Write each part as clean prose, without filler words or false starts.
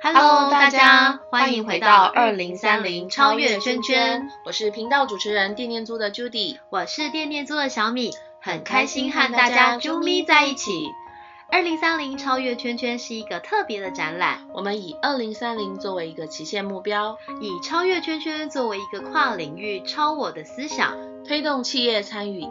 Hello， 大家欢迎回到2030超越圈圈， 我是频道主持人电念租的 Judy， 我是电念租的小米，很开心和大家啾咪在一起。2030超越圈圈是一个特别的展览， 我们以2030作为一个期限目标， 以超越圈圈作为一个跨领域超我的思想， 推动企业参与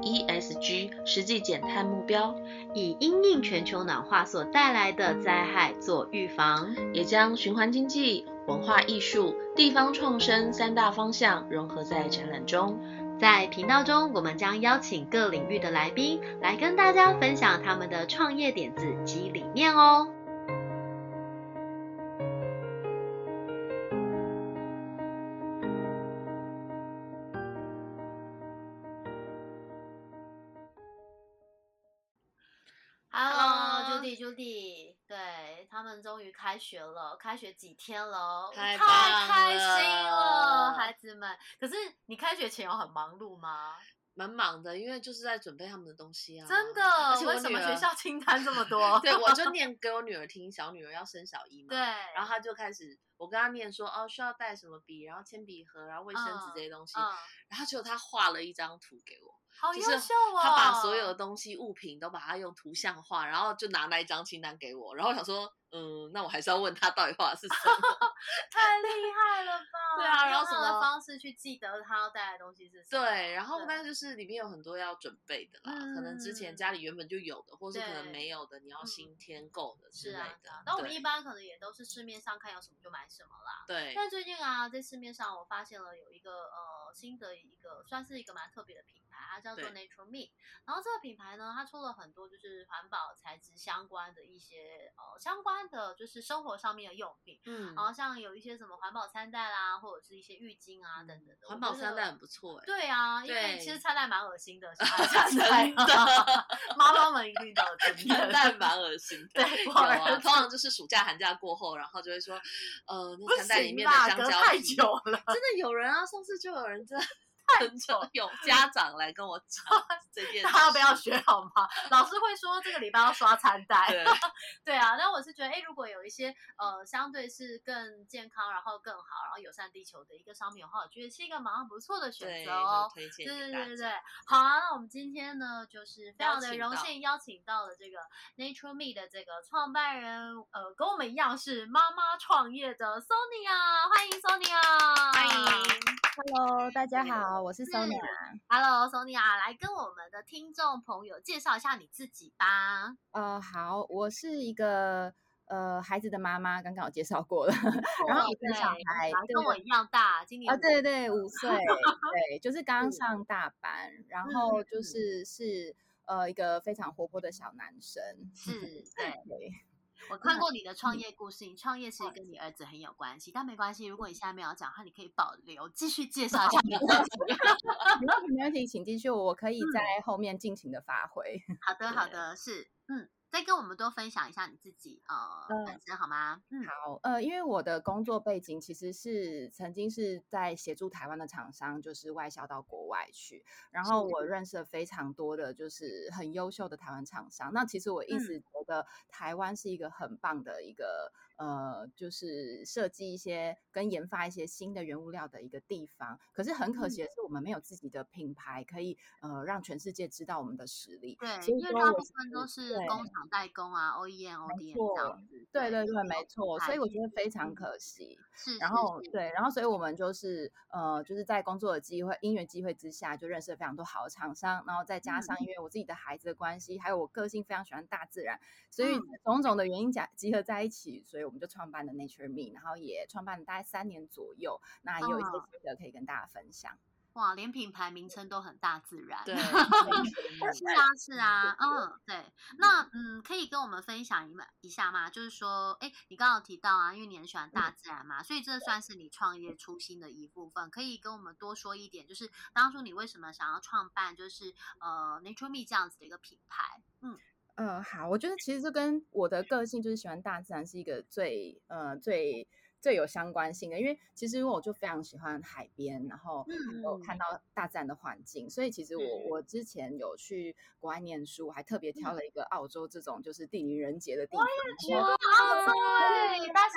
ESG 实际减碳目标， 以因应全球暖化所带来的灾害做预防， 也将循环经济、文化艺术、地方创生三大方向融合在展览中。 在频道中，我们将邀请各领域的来宾来跟大家分享他们的创业点子及理念哦。Hello， Judy， 对，他们终于开学了，开学几天了， 太开心了，孩子们。可是你开学前有很忙碌吗？ 蛮忙的，因为就是在准备他们的东西啊。 真的，为什么学校清单这么多？ 对，我就念给我女儿听，小女儿要升小一嘛。 对， 然后她就开始，我跟她念说，需要带什么笔，然后铅笔盒，然后卫生纸这些东西。然后结果她画了一张图给我。 好优秀哦！ 他把所有的东西物品都把它用图像化，然后就拿那一张清单给我，然后我想说，那我还是要问他到底画的是什么。 太厉害了吧！ 对啊，然后什么的方式去记得他要带的东西是什么？ 对，然后但是就是里面有很多要准备的啦，可能之前家里原本就有的，或是可能没有的，你要新添购的之类的。 那我们一般可能也都是市面上看有什么就买什么啦。 对。 但最近啊，在市面上我发现了有一个新的一个算是一个蛮特别的品牌，它叫做 Nature Me。然后这个品牌呢，它出了很多就是环保材质相关的一些相关的就是生活上面的用品，然后像有一些什么环保餐袋啦，或者是一些浴巾啊等等的。 环保餐袋很不错哎。 对啊，因为其实餐袋蛮恶心的，餐袋妈妈们一定都有经验， 餐袋蛮恶心的。 对， 有啊，通常就是暑假寒假过后，然后就会说，那餐袋里面的香蕉太久了， 真的有人啊，上次就有人真的。有家长来跟我讲这件事， 大家不要学好吗？老师会说这个礼拜要刷餐袋。对啊，但我是觉得，如果有一些相对是更健康，然后更好，然后友善地球的一个商品的话，我觉得是一个蛮不错的选择哦。 推荐给大家。 对，好啊，那我们今天呢，就是非常的荣幸邀请到了这个 Nature Me 的这个创办人，跟我们一样是妈妈创业的 Sonia， 欢迎 Sonia， 欢迎。 Hello， 大家好，我是 Sonia。 Hello Sonia， 来跟我们的听众朋友介绍一下你自己吧。 好，我是一个孩子的妈妈，刚刚有介绍过了。然后你的小孩跟我一样大，今年对5岁，对，就是刚上大班，然后就是一个非常活泼的小男生。 是，对。我看过你的创业故事，你创业其实跟你儿子很有关系，但没关系，如果你现在没有讲的话，你可以保留，继续介绍一下你的儿子。 没问题，请继续，我可以在后面尽情的发挥。 好的，是，再跟我们多分享一下你自己本身好吗？ 好，因为我的工作背景其实是曾经是在协助台湾的厂商，就是外销到国外去，然后我认识了非常多的就是很优秀的台湾厂商。那其实我一直觉得台湾是一个很棒的一个就是设计一些跟研发一些新的原物料的一个地方。可是很可惜的是，我们没有自己的品牌可以让全世界知道我们的实力。 对，因为大部分都是工厂代工啊 ，OEM、ODM 这样子。 对，没错，所以我觉得非常可惜。然后所以我们就是就是在工作的机会、因缘机会之下，就认识了非常多好的厂商，然后再加上因为我自己的孩子的关系，还有我个性非常喜欢大自然，所以种种的原因集合在一起，所以我们就创办了 Nature Me， 然后也创办了大概3年左右，那也有一些心得可以跟大家分享。 哇，连品牌名称都很大自然。 对， 是啊，对。那可以跟我们分享一下吗？就是说，你刚刚有提到啊，因为你很喜欢大自然嘛，所以这算是你创业初心的一部分。可以跟我们多说一点，就是当初你为什么想要创办就是Nature Me 这样子的一个品牌？ 好，我觉得其实这跟我的个性就是喜欢大自然是一个最有相关性的，因为其实我就非常喜欢海边，然后有看到大自然的环境，所以其实我之前有去国外念书，还特别挑了一个澳洲这种就是地灵人杰的地方。 我也觉得澳洲但是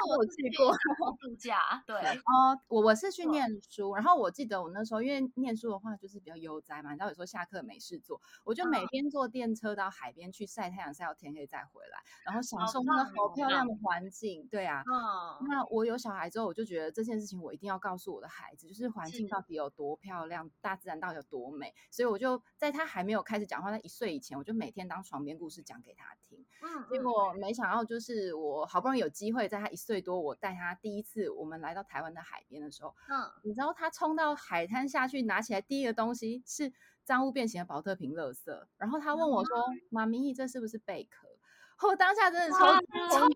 我去过度假，对。 我是去念书，然后我记得我那时候因为念书的话就是比较悠哉嘛，你知道有时候下课没事做，我就每天坐电车到海边去晒太阳，晒到天黑再回来，然后享受那个好漂亮的环境。对啊，那我有小孩之后，我就觉得这件事情我一定要告诉我的孩子，就是环境到底有多漂亮，大自然到底有多美。所以我就在他还没有开始讲话，在1岁以前，我就每天当床边故事讲给他听。结果没想到，就是我好不容易有机会，在他1岁多，我带他第一次我们来到台湾的海边的时候，你知道他冲到海滩下去，拿起来第一个东西是脏污变形的保特瓶垃圾，然后他问我说：“妈咪，这是不是贝壳？”我当下真的超级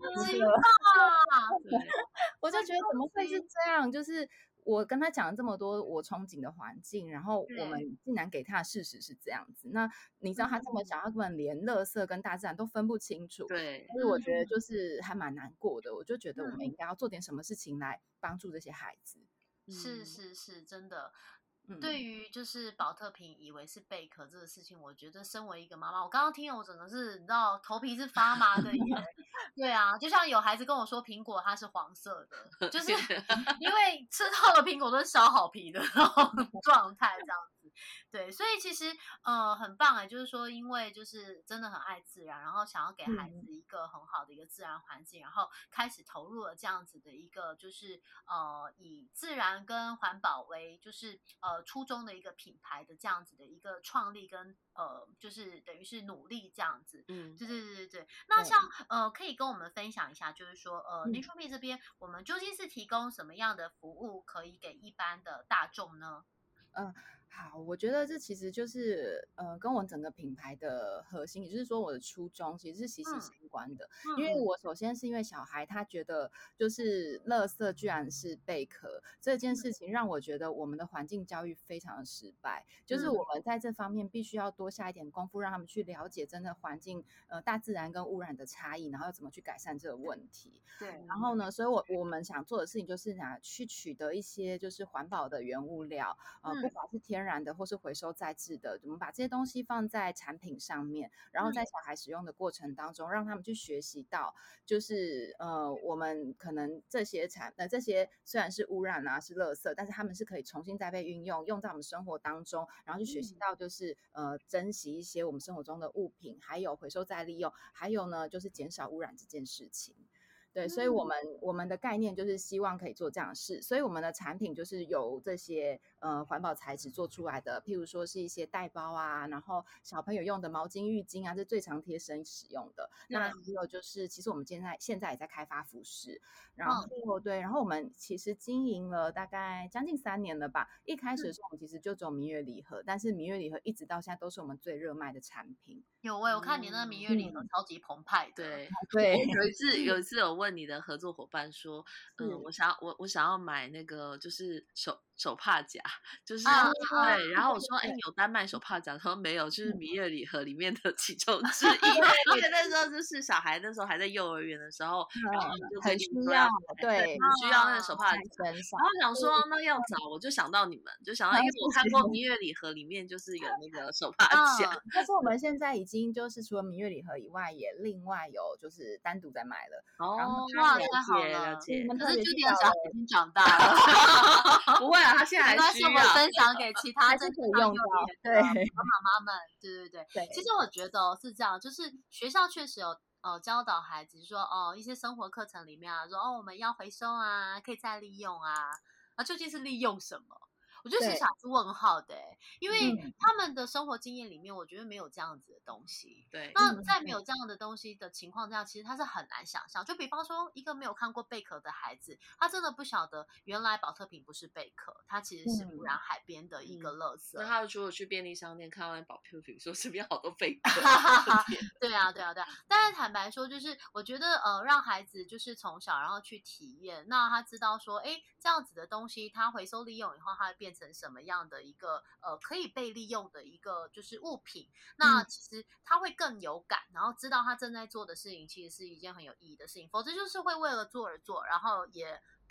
我就觉得怎么会是这样？就是我跟他讲了这么多我憧憬的环境，然后我们竟然给他的事实是这样子。那你知道他这么小，他根本连垃圾跟大自然都分不清楚。 对， 所以我觉得就是还蛮难过的。我就觉得我们应该要做点什么事情来帮助这些孩子。 是，真的。对于就是保特瓶以为是贝壳这个事情，我觉得身为一个妈妈，我刚刚听了，我整个是你知道头皮是发麻的耶。对啊，就像有孩子跟我说苹果它是黄色的，就是因为吃到的苹果都是削好皮的那种状态这样子。对，所以其实很棒哎，就是说因为就是真的很爱自然，然后想要给孩子一个很好的一个自然环境，然后开始投入了这样子的一个就是以自然跟环保为就是初衷的一个品牌的这样子的一个创立跟就是等于是努力这样子。对。那像可以跟我们分享一下，就是说Natural Me 这边我们究竟是提供什么样的服务可以给一般的大众呢？ 好，我觉得这其实就是跟我整个品牌的核心，也就是说我的初衷其实是息息相关的。因为我首先是因为小孩他觉得就是垃圾居然是贝壳这件事情，让我觉得我们的环境教育非常的失败。就是我们在这方面必须要多下一点功夫，让他们去了解真的环境大自然跟污染的差异，然后要怎么去改善这个问题。 对， 然后呢，所以我们想做的事情就是去取得一些就是环保的原物料，不管是天然的或是回收再制的，我们把这些东西放在产品上面，然后在小孩使用的过程当中，让他们去学习到，就是我们可能这些这些虽然是污染啊是垃圾，但是他们是可以重新再被运用在我们生活当中，然后去学习到就是珍惜一些我们生活中的物品，还有回收再利用，还有呢就是减少污染这件事情。对，所以我们的概念就是希望可以做这样的事，所以我们的产品就是由这些环保材质做出来的，譬如说是一些袋包啊，然后小朋友用的毛巾、浴巾啊，这最常贴身使用的。那还有就是，其实我们现在也在开发服饰，然后对，然后我们其实经营了大概将近3年了吧。一开始的时候，我们其实就只有明月礼盒，但是明月礼盒一直到现在都是我们最热卖的产品。 我看你那明月礼盒超级澎湃的。 对，有一次有问你的合作伙伴说，我想要买那个就是手帕夹，就是对，然后我说，有单卖手帕夹，他说没有，就是明月礼盒里面的其中之一。因为那时候就是小孩那时候还在幼儿园的时候，然后就很需要，对， 需要那个手帕夹，然后想说那要找，我就想到你们，就想到因为我看过明月礼盒里面就是有那个手帕夹， 但是我们现在已经就是除了明月礼盒以外，也另外有就是单独在卖了。 哇，太好了！可是Judy的小孩已经长大了，不会啊，他现在还需要。 我们分享给其他可以用到，对妈妈们，对。其实我觉得是这样，就是学校确实有教导孩子说一些生活课程里面啊，说我们要回收啊，可以再利用啊，究竟是利用什么？我觉得其实是问号的，因为他们的生活经验里面，我觉得没有这样子的东西。 对， 那在没有这样的东西的情况下，其实他是很难想象。就比方说，一个没有看过贝壳的孩子，他真的不晓得原来保特瓶不是贝壳，它其实是污染海边的一个垃圾。 那他如果去便利商店看到那保特瓶，说这边好多贝壳。 对啊。但是坦白说，就是我觉得让孩子就是从小然后去体验，那他知道说，这样子的东西，它回收利用以后，它会变成什么样的一个可以被利用的一个就是物品，那其实他会更有感，然后知道他正在做的事情其实是一件很有意义的事情，否则就是会为了做而做，然后也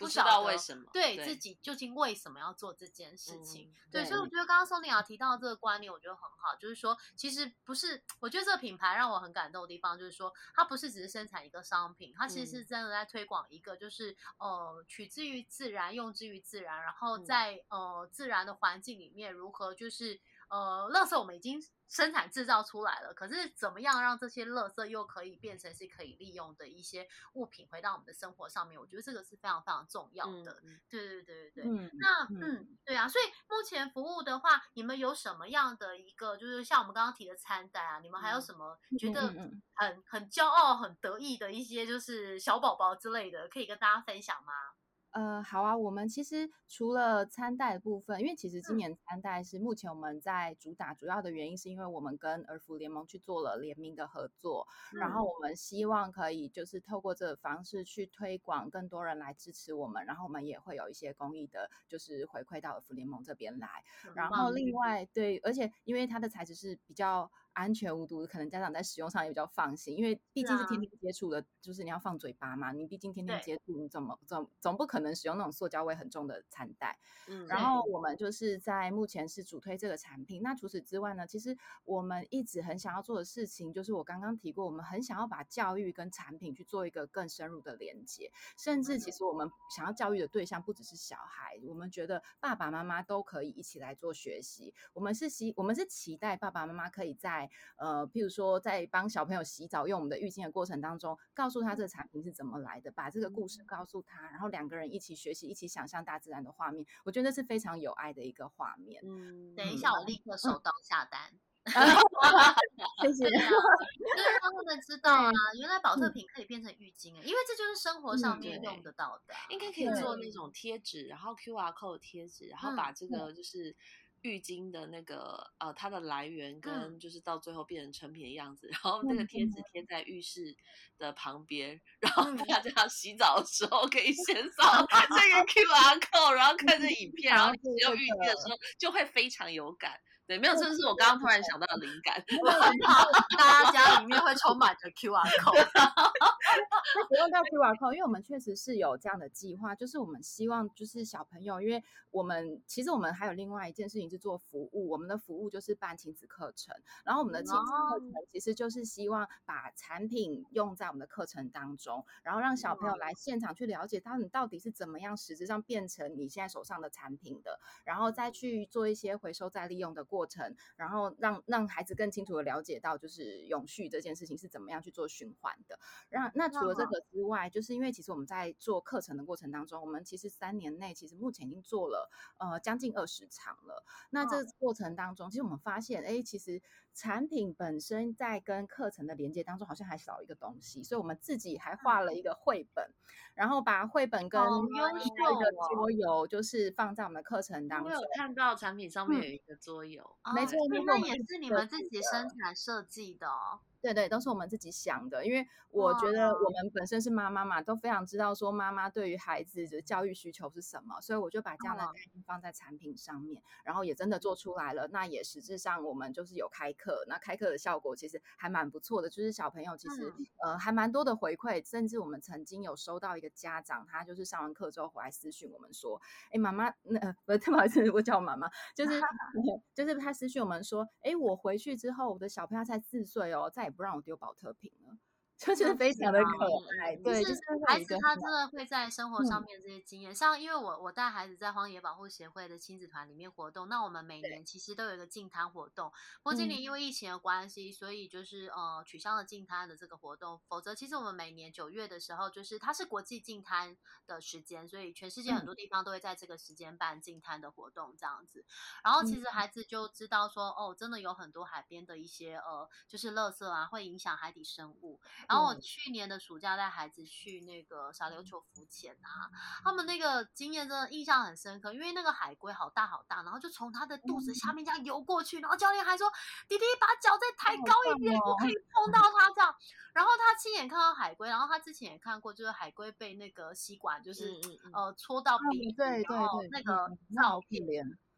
不晓得知道为什么， 对自己究竟为什么要做这件事情。对， 对所以我觉得刚刚Sonia提到的这个观念，我觉得很好，就是说其实不是，我觉得这个品牌让我很感动的地方，就是说它不是只是生产一个商品，它其实是真的在推广一个就是取之于自然，用之于自然，然后在自然的环境里面如何就是垃圾我们已经生产制造出来了，可是怎么样让这些垃圾又可以变成是可以利用的一些物品回到我们的生活上面，我觉得这个是非常非常重要的。对。那对啊，所以目前服务的话，你们有什么样的一个就是像我们刚刚提的餐袋啊，你们还有什么觉得很骄傲很得意的一些就是小宝宝之类的可以跟大家分享吗？ 好啊，我们其实除了餐袋的部分，因为其实今年餐袋是目前我们在主要的原因是因为我们跟儿福联盟去做了联名的合作，然后我们希望可以就是透过这个方式去推广更多人来支持我们，然后我们也会有一些公益的就是回馈到儿福联盟这边来，然后另外对，而且因为它的材质是比较安全无毒，可能家长在使用上也比较放心，因为毕竟是天天接触的，就是你要放嘴巴嘛，你毕竟天天接触，你总不可能使用那种塑胶味很重的餐袋。然后我们就是在目前是主推这个产品。那除此之外呢，其实我们一直很想要做的事情，就是我刚刚提过，我们很想要把教育跟产品去做一个更深入的连接，甚至其实我们想要教育的对象不只是小孩，我们觉得爸爸妈妈都可以一起来做学习。我们是期待爸爸妈妈可以在譬如说在帮小朋友洗澡用我们的浴巾的过程当中，告诉他这个产品是怎么来的，把这个故事告诉他，然后两个人一起学习，一起想象大自然的画面，我觉得是非常有爱的一个画面。 等一下我立刻手刀下单。 谢谢。 就是让他们知道啊，原来保特瓶可以变成浴巾，因为这就是生活上面用得到的。 应该可以做那种贴纸，然后 QR code 贴纸，然后把这个就是浴巾的那个它的来源跟就是到最后变成成品的样子，然后那个贴纸贴在浴室的旁边，然后大家洗澡的时候可以先扫这个 QR code， 然后看着影片，然后使用浴巾的时候就会非常有感。对，没有，这是我刚刚突然想到的灵感。 我很怕大家家里面会充满着 QR code。 不用到 QR code， 因为我们确实是有这样的计划，就是我们希望就是小朋友，因为其实我们还有另外一件事情是做服务，我们的服务就是办亲子课程，然后我们的亲子课程其实就是希望把产品用在我们的课程当中，然后让小朋友来现场去了解他们到底是怎么样实质上变成你现在手上的产品的，然后再去做一些回收再利用的过程，然后让孩子更清楚的了解到就是永续这件事情是怎么样去做循环的。那除了这个之外，就是因为其实我们在做课程的过程当中，我们其实3年内其实目前已经做了将近20场了。那这个过程当中，其实我们发现其实产品本身在跟课程的连接当中好像还少一个东西，所以我们自己还画了一个绘本，然后把绘本跟一个桌游就是放在我们的课程当中。 我有看到产品上面有一个桌游， 没错， 那也是你们自己生产设计的哦。 对，都是我们自己想的，因为我觉得我们本身是妈妈嘛，都非常知道说妈妈对于孩子的教育需求是什么，所以我就把这样的概念放在产品上面，然后也真的做出来了。那也实质上我们就是有开课，那开课的效果其实还蛮不错的，就是小朋友其实还蛮多的回馈，甚至我们曾经有收到一个家长，他就是上完课之后回来私讯我们说，妈妈，不好意思，我叫我妈妈，就是他私讯我们说，我回去之后我的小朋友才4岁哦，再也不让我丢保特瓶了。就是非常的可爱，对，就是孩子他真的会在生活上面这些经验，像因为我带孩子在荒野保护协会的亲子团里面活动，那我们每年其实都有一个净滩活动，不过今年因为疫情的关系，所以就是取消了净滩的这个活动，否则其实我们每年9月的时候，就是它是国际净滩的时间，所以全世界很多地方都会在这个时间办净滩的活动这样子，然后其实孩子就知道说真的有很多海边的一些就是垃圾啊会影响海底生物。然后我去年的暑假带孩子去那个小琉球浮潜啊，他们那个经验真的印象很深刻，因为那个海龟好大好大，然后就从他的肚子下面这样游过去，然后教练还说弟弟把脚再抬高一点，不可以碰到它这样。然后他亲眼看到海龟，然后他之前也看过，就是海龟被那个吸管就是戳到鼻子， 对， 然后那个照片。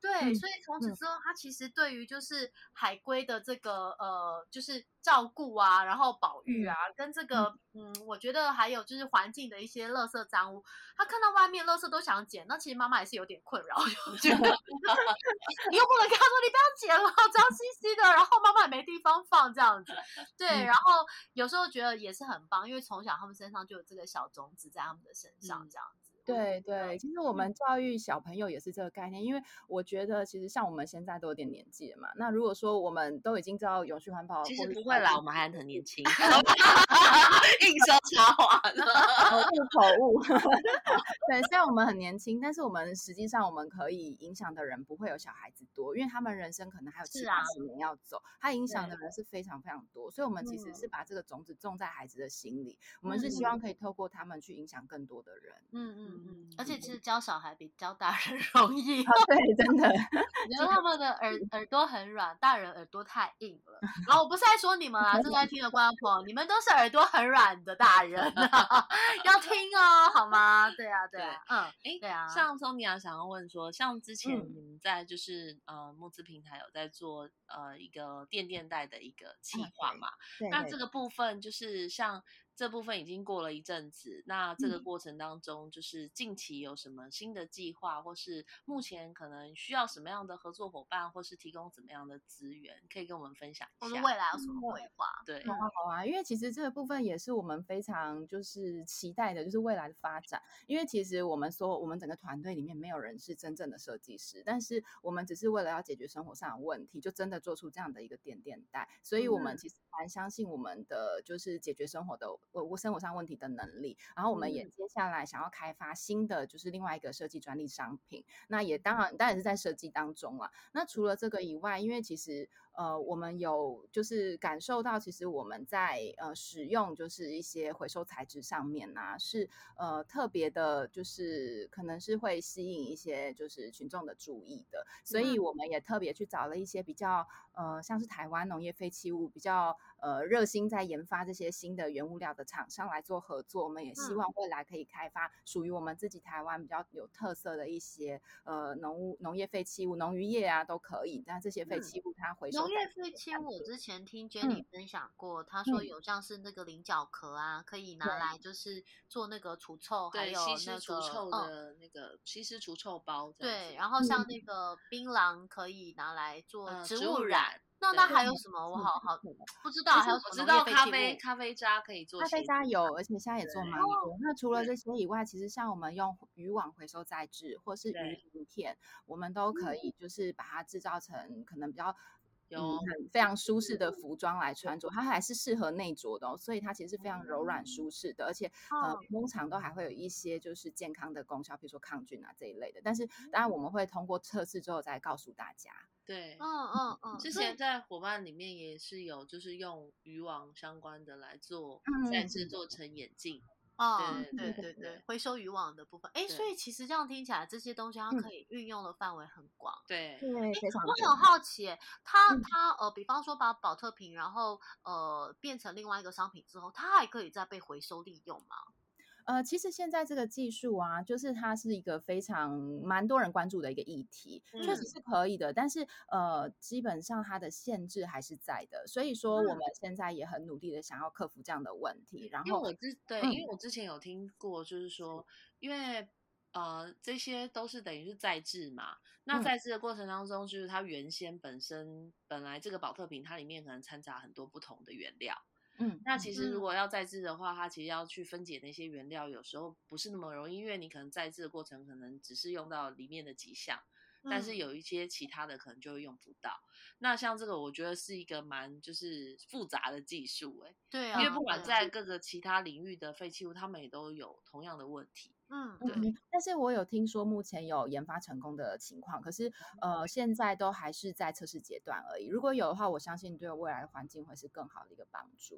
对，所以从此之后，它其实对于就是海龟的这个就是照顾啊，然后保育啊，跟这个我觉得还有就是环境的一些垃圾脏污，它看到外面垃圾都想捡，那其实妈妈也是有点困扰，就觉得你又不能跟他说你不要捡了，脏兮兮的，然后妈妈也没地方放这样子。对，然后有时候觉得也是很棒，因为从小他们身上就有这个小种子在他们的身上这样子。 对对，其实我们教育小朋友也是这个概念，因为我觉得其实像我们现在都有点年纪了嘛，那如果说我们都已经知道永续环保， 其实不会啦，我们还很年轻，硬说插话口误。对，虽然我们很年轻，但是我们实际上我们可以影响的人不会有小孩子多，因为他们人生可能还有70-80年要走，他影响的人是非常非常多，所以我们其实是把这个种子种在孩子的心里，我们是希望可以透过他们去影响更多的人。 而且其实教小孩比教大人容易。 对，真的。 我觉得他们的耳朵很软，大人耳朵太硬了。然后我不是在说你们啊，正在听的观众朋友，你们都是耳朵很软的大人啊，要听哦，好吗？对啊，对啊，对啊。 像 Sonia 想要问说，像之前你们在就是募资平台有在做一个电袋的一个企划嘛？那这个部分就是像这部分已经过了一阵子，那这个过程当中，就是近期有什么新的计划，或是目前可能需要什么样的合作伙伴，或是提供怎么样的资源，可以跟我们分享一下。 我们未来有什么规划？ 对， 好啊，因为其实这个部分也是我们非常就是期待的，就是未来的发展。因为其实我们整个团队里面没有人是真正的设计师，但是我们只是为了要解决生活上的问题，就真的做出这样的一个电袋，所以我们其实蛮相信我们的就是解决生活上问题的能力。然后我们也接下来想要开发新的就是另外一个设计专利商品，那也当然是在设计当中啦。那除了这个以外，因为其实我们有就是感受到，其实我们在使用就是一些回收材质上面啊，是特别的，就是可能是会吸引一些就是群众的注意的，所以我们也特别去找了一些比较像是台湾农业废弃物比较热心在研发这些新的原物料的厂商来做合作。我们也希望未来可以开发属于我们自己台湾比较有特色的一些农业废弃物、农渔业啊都可以。那这些废弃物它回收农业废弃物，我之前听 Jenny 分享过，她说有像是那个菱角壳啊，可以拿来就是做那个除臭，还有那个除臭的那个稀释除臭包。 对，然后像那个槟榔可以拿来做植物染。那还有什么？我好不知道，还有什么？ 我知道咖啡渣可以做， 咖啡渣有，而且现在也做蛮多。那除了这些以外，其实像我们用渔网回收再制，或是鱼鳞片，我们都可以就是把它制造成可能比较非常舒适的服装来穿着，它还是适合内着的所以它其实是非常柔软舒适的，而且通常都还会有一些就是健康的功效，比如说抗菌啊这一类的。但是当然我们会通过测试之后再告诉大家。 对，之前在伙伴里面也是有，就是用渔网相关的来做，再制作成眼镜。 对，回收渔网的部分，所以其实这样听起来，这些东西它可以运用的范围很广。 对， 我很好奇，它比方说把保特瓶，然后变成另外一个商品之后，它还可以再被回收利用吗？ 其实现在这个技术啊，就是它是一个蛮多人关注的一个议题，确实是可以的，但是基本上它的限制还是在的，所以说我们现在也很努力的想要克服这样的问题。然后，因为我之前有听过，就是说，因为这些都是等于是再制嘛，那再制的过程当中，就是它原先本来这个保特瓶它里面可能掺杂很多不同的原料。那其实如果要再制的话，它其实要去分解那些原料，有时候不是那么容易，因为你可能再制的过程可能只是用到里面的几项，但是有一些其他的可能就会用不到。那像这个，我觉得是一个蛮就是复杂的技术， 对啊， 因为不管在各个其他领域的废弃物，他们也都有同样的问题。 对。但是我有听说目前有研发成功的情况，可是现在都还是在测试阶段而已。如果有的话，我相信对未来的环境会是更好的一个帮助。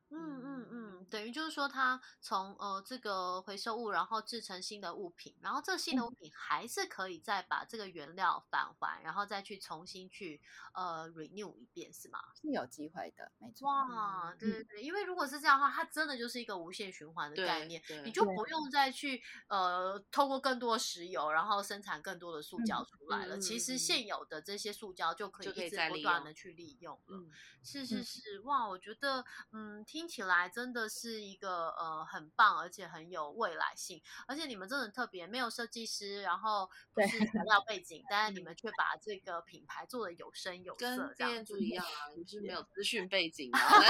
等于就是说，它从这个回收物，然后制成新的物品，然后这新的物品还是可以再把这个原料返还，然后再去重新去renew 一遍，是吗？ 是有机会的，没错。 哇，对对对，因为如果是这样的话，它真的就是一个无限循环的概念，你就不用再去透过更多的石油，然后生产更多的塑胶出来了。其实现有的这些塑胶就可以一直不断的去利用了。是，哇，我觉得听起来真的是一个很棒，而且很有未来性，而且你们真的很特别，没有设计师，然后不是材料背景，但是你们却把这个品牌做的有声有色， 跟这样店主一样啊，就是没有资讯背景，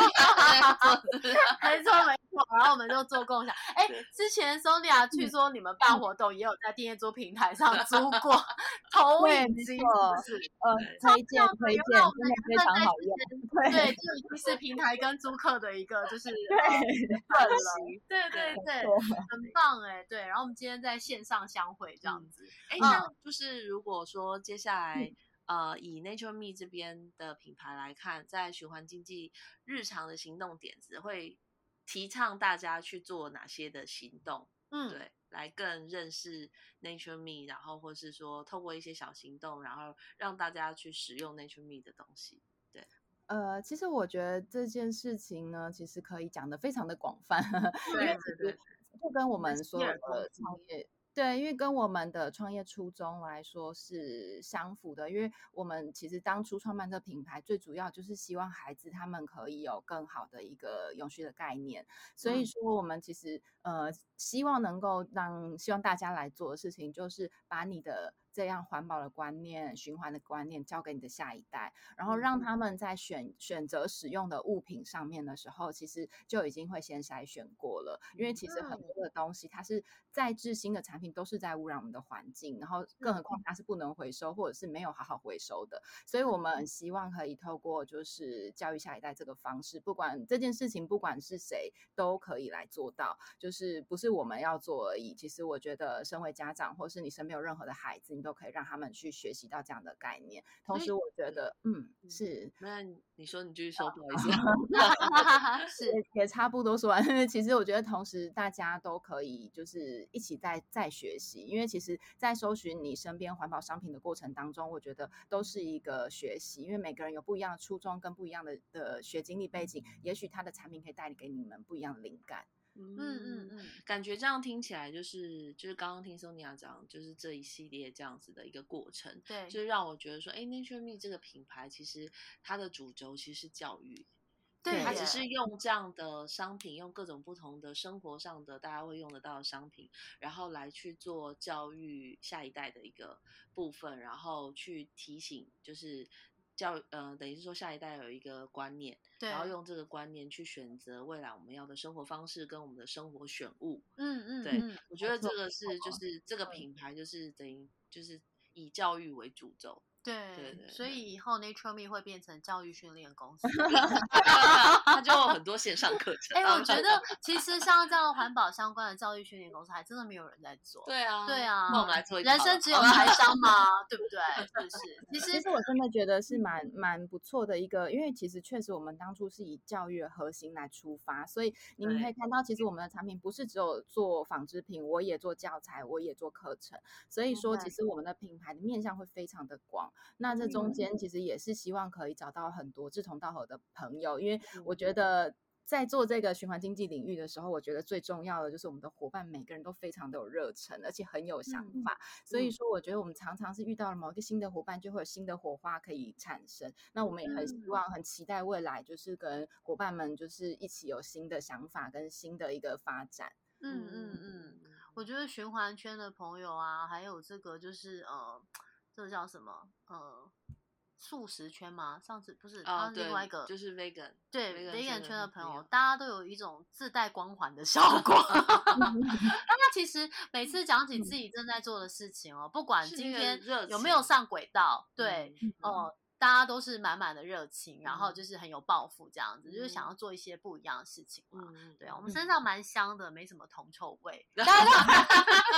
没错，然后我们就做共享。之前 Sonia 据说你们办活动也有在电业桌平台上租过投影机，是不是？ 推荐，真的非常好用。 对，就已经是平台跟租客的一个就是关系。对，很棒对。然后我们今天在线上相会这样子。 像就是如果说接下来以 Nature Me 这边的品牌来看，在循环经济日常的行动点子会提倡大家去做哪些的行动？对，来更认识 Nature Me， 然后或是说透过一些小行动，然后让大家去使用 Nature Me 的东西。对， 其实我觉得这件事情呢，其实可以讲得非常的广泛，因为其实就跟我们所有的创业。对，因为跟我们的创业初衷来说是相符的，因为我们其实当初创办这个品牌，最主要就是希望孩子他们可以有更好的一个永续的概念，所以说我们其实希望能够希望大家来做的事情，就是把你的这样环保的观念、循环的观念交给你的下一代，然后让他们在选择使用的物品上面的时候，其实就已经会先筛选过了，因为其实很多的东西它是再制新的产品都是在污染我们的环境，然后更何况它是不能回收或者是没有好好回收的，所以我们很希望可以透过就是教育下一代这个方式，不管这件事情不管是谁都可以来做到，就是不是我们要做而已，其实我觉得身为家长或是你身边有任何的孩子，你都可以让他们去学习到这样的概念，同时我觉得是。 那你说你继续说，不好意思。 是也差不多说完。其实我觉得同时大家都可以就是一起在学习，因为其实在搜寻你身边环保商品的过程当中，我觉得都是一个学习，因为每个人有不一样的初衷跟不一样的学经历背景，也许他的产品可以带给你们不一样的灵感。 感觉这样听起来就是刚刚听 Sonia 讲，就是这一系列这样子的一个过程， 对， 就是让我觉得说Nature Me 这个品牌其实它的主轴其实是教育， 对， 它只是用这样的商品，用各种不同的生活上的大家会用得到的商品，然后来去做教育下一代的一个部分，然后去提醒就是等于是说下一代有一个观念，然后用这个观念去选择未来我们要的生活方式跟我们的生活选物。对，我觉得这个是就是这个品牌就是等于就是以教育为主轴。 对，所以以后 Nature Me 会变成教育训练公司， 它就有很多线上课程。 我觉得其实像这样环保相关的教育训练公司，还真的没有人在做。 对啊， 那我们来做一人生只有财商嘛，对不对？是不是？ 其实我真的觉得是蛮不错的一个，因为其实确实我们当初是以教育的核心来出发，所以你们可以看到，其实我们的产品不是只有做纺织品，我也做教材，我也做课程，所以说其实我们的品牌的面向会非常的广。那这中间其实也是希望可以找到很多志同道合的朋友，因为我觉得在做这个循环经济领域的时候，我觉得最重要的就是我们的伙伴每个人都非常的有热忱，而且很有想法，所以说我觉得我们常常是遇到了某一个新的伙伴，就会有新的火花可以产生。那我们也很希望很期待未来就是跟伙伴们就是一起有新的想法跟新的一个发展。 我觉得循环圈的朋友啊，还有这个就是这个叫什么素食圈吗？上次不是他另外一个就是 vegan， 对 vegan 圈的朋友，大家都有一种自带光环的效果。那其实每次讲起自己正在做的事情不管今天有没有上轨道，对大家都是满满的热情，然后就是很有抱负，这样子就是想要做一些不一样的事情嘛。对啊，我们身上蛮香的，没什么铜臭味。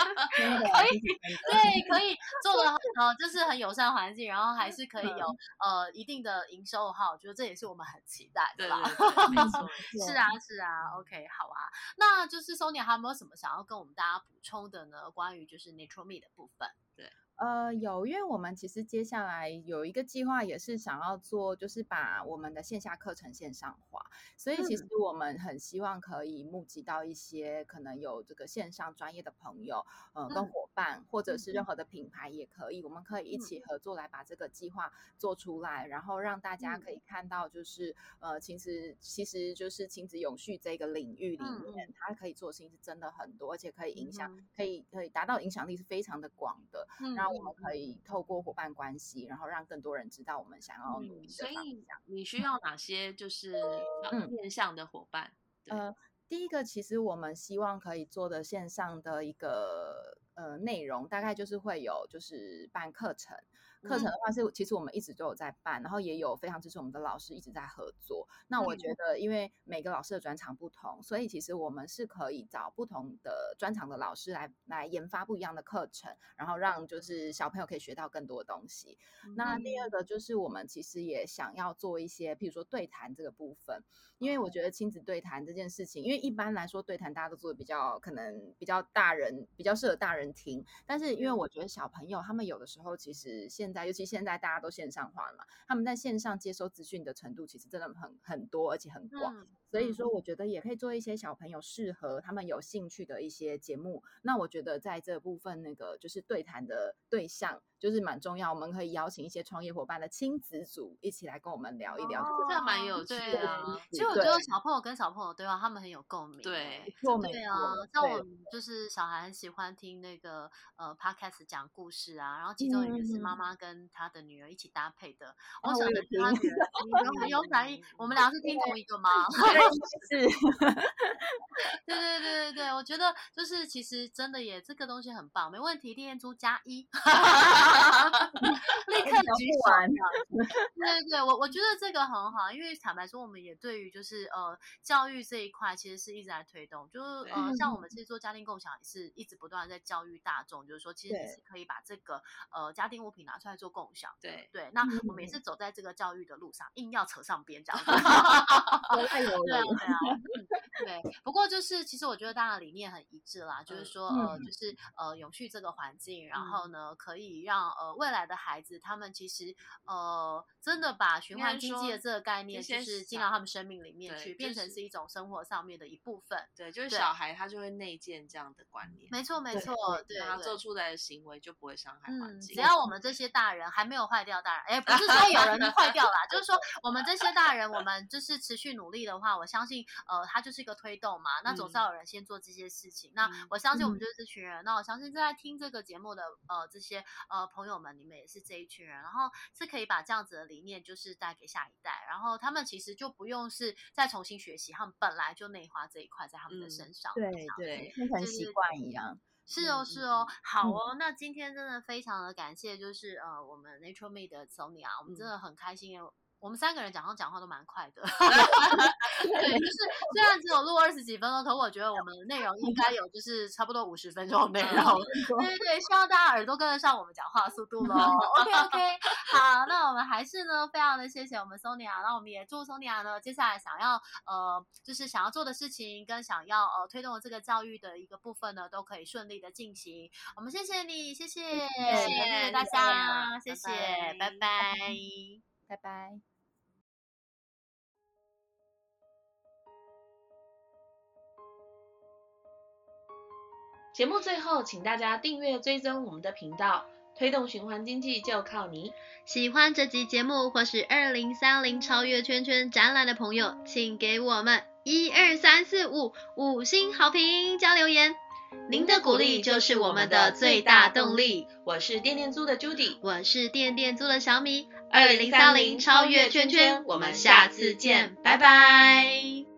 可以做的就是很友善环境，然后还是可以有一定的营收哈，我觉得这也是我们很期待的啦。 对，没错。 是啊 ，OK， 好啊。那就是 Sonia 还有没有什么想要跟我们大家补充的呢？关于就是 Natural Me 的部分。 对。 有，因为我们其实接下来有一个计划，也是想要做，就是把我们的线下课程线上化，所以其实我们很希望可以募集到一些可能有这个线上专业的朋友，跟伙伴，或者是任何的品牌也可以，我们可以一起合作来把这个计划做出来，然后让大家可以看到，就是其实就是亲子永续这个领域里面，它可以做的事情是真的很多，而且可以影响，可以达到影响力是非常的广的，然后我们可以透过伙伴关系，然后让更多人知道我们想要努力的方向。 所以你需要哪些就是面向的伙伴？ 第一个其实我们希望可以做的线上的一个内容，大概就是会有就是办课程。课程的话是其实我们一直都有在办，然后也有非常支持我们的老师一直在合作。那我觉得因为每个老师的专长不同，所以其实我们是可以找不同的专长的老师来研发不一样的课程，然后让就是小朋友可以学到更多的东西。那第二个就是我们其实也想要做一些譬如说对谈这个部分，因为我觉得亲子对谈这件事情，因为一般来说对谈大家都做的比较可能比较大人，比较适合大人听，但是因为我觉得小朋友他们有的时候其实尤其现在大家都线上化了嘛，他们在线上接收资讯的程度其实真的很多，而且很广，所以说我觉得也可以做一些小朋友适合他们有兴趣的一些节目。那我觉得在这部分那个就是对谈的对象就是蛮重要，我们可以邀请一些创业伙伴的亲子组一起来跟我们聊一聊， 这蛮有趣的。 其实我觉得小朋友跟小朋友对话，他们很有共鸣。 对啊，像我们就是小孩很喜欢听那个podcast 讲故事啊，然后其中一个是妈妈跟她的女儿一起搭配的，我想着她女儿很有反应。我们俩是听同一个吗？ 是。 对，我觉得就是其实真的耶，这个东西很棒，没问题，练珠加1，立刻举手。对，我觉得这个很好，因为坦白说，我们也对于就是教育这一块其实是一直在推动，就是像我们其实做家庭共享也是一直不断在教育大众，就是说其实你是可以把这个家庭物品拿出来做共享。对，那我们也是走在这个教育的路上，硬要扯上边这样子。对，不过就是其实我觉得大家的理念很一致啦，就是说就是永续这个环境，然后呢可以让未来的孩子他们其实真的把循环经济的这个概念就是进到他们生命里面去，变成是一种生活上面的一部分。 对，就是小孩他就会内建这样的观念。 没错，对， 他做出来的行为就不会伤害环境。 只要我们这些大人还没有坏掉，大人不是说有人坏掉啦，就是说我们这些大人，我们就是持续努力的话，我相信它就是一个推动嘛。那总是要有人先做这些事情。那我相信我们就是这群人。那我相信正在听这个节目的这些朋友们，你们也是这一群人，然后是可以把这样子的理念就是带给下一代，然后他们其实就不用是再重新学习，他们本来就内化这一块在他们的身上。 对，变成习惯一样。 是哦，好哦。那今天真的非常的感谢，就是我们 Natural Me 的 Sonia， 我们真的很开心我们3个人讲话都蛮快的。对，就是虽然只有录20几分钟，可我觉得我们的内容应该有就是差不多50分钟的内容。对，希望大家耳朵跟得上我们讲话的速度咯。OK， 好，那我们还是呢非常的谢谢我们 Sonia， 那我们也祝 Sonia 呢接下来想要就是想要做的事情跟想要推动这个教育的一个部分呢都可以顺利的进行。我们谢谢你，谢谢大家，谢谢，拜拜。 节目最后，请大家订阅追踪我们的频道，推动循环经济就靠你。 喜欢这集节目或是2030超越圈圈展览的朋友，请给我们12345 5星好评加留言。您的鼓励就是我们的最大动力。 我是电电租的 Judy， 我是电电租的小米。 2030超越圈圈，我们下次见，拜拜。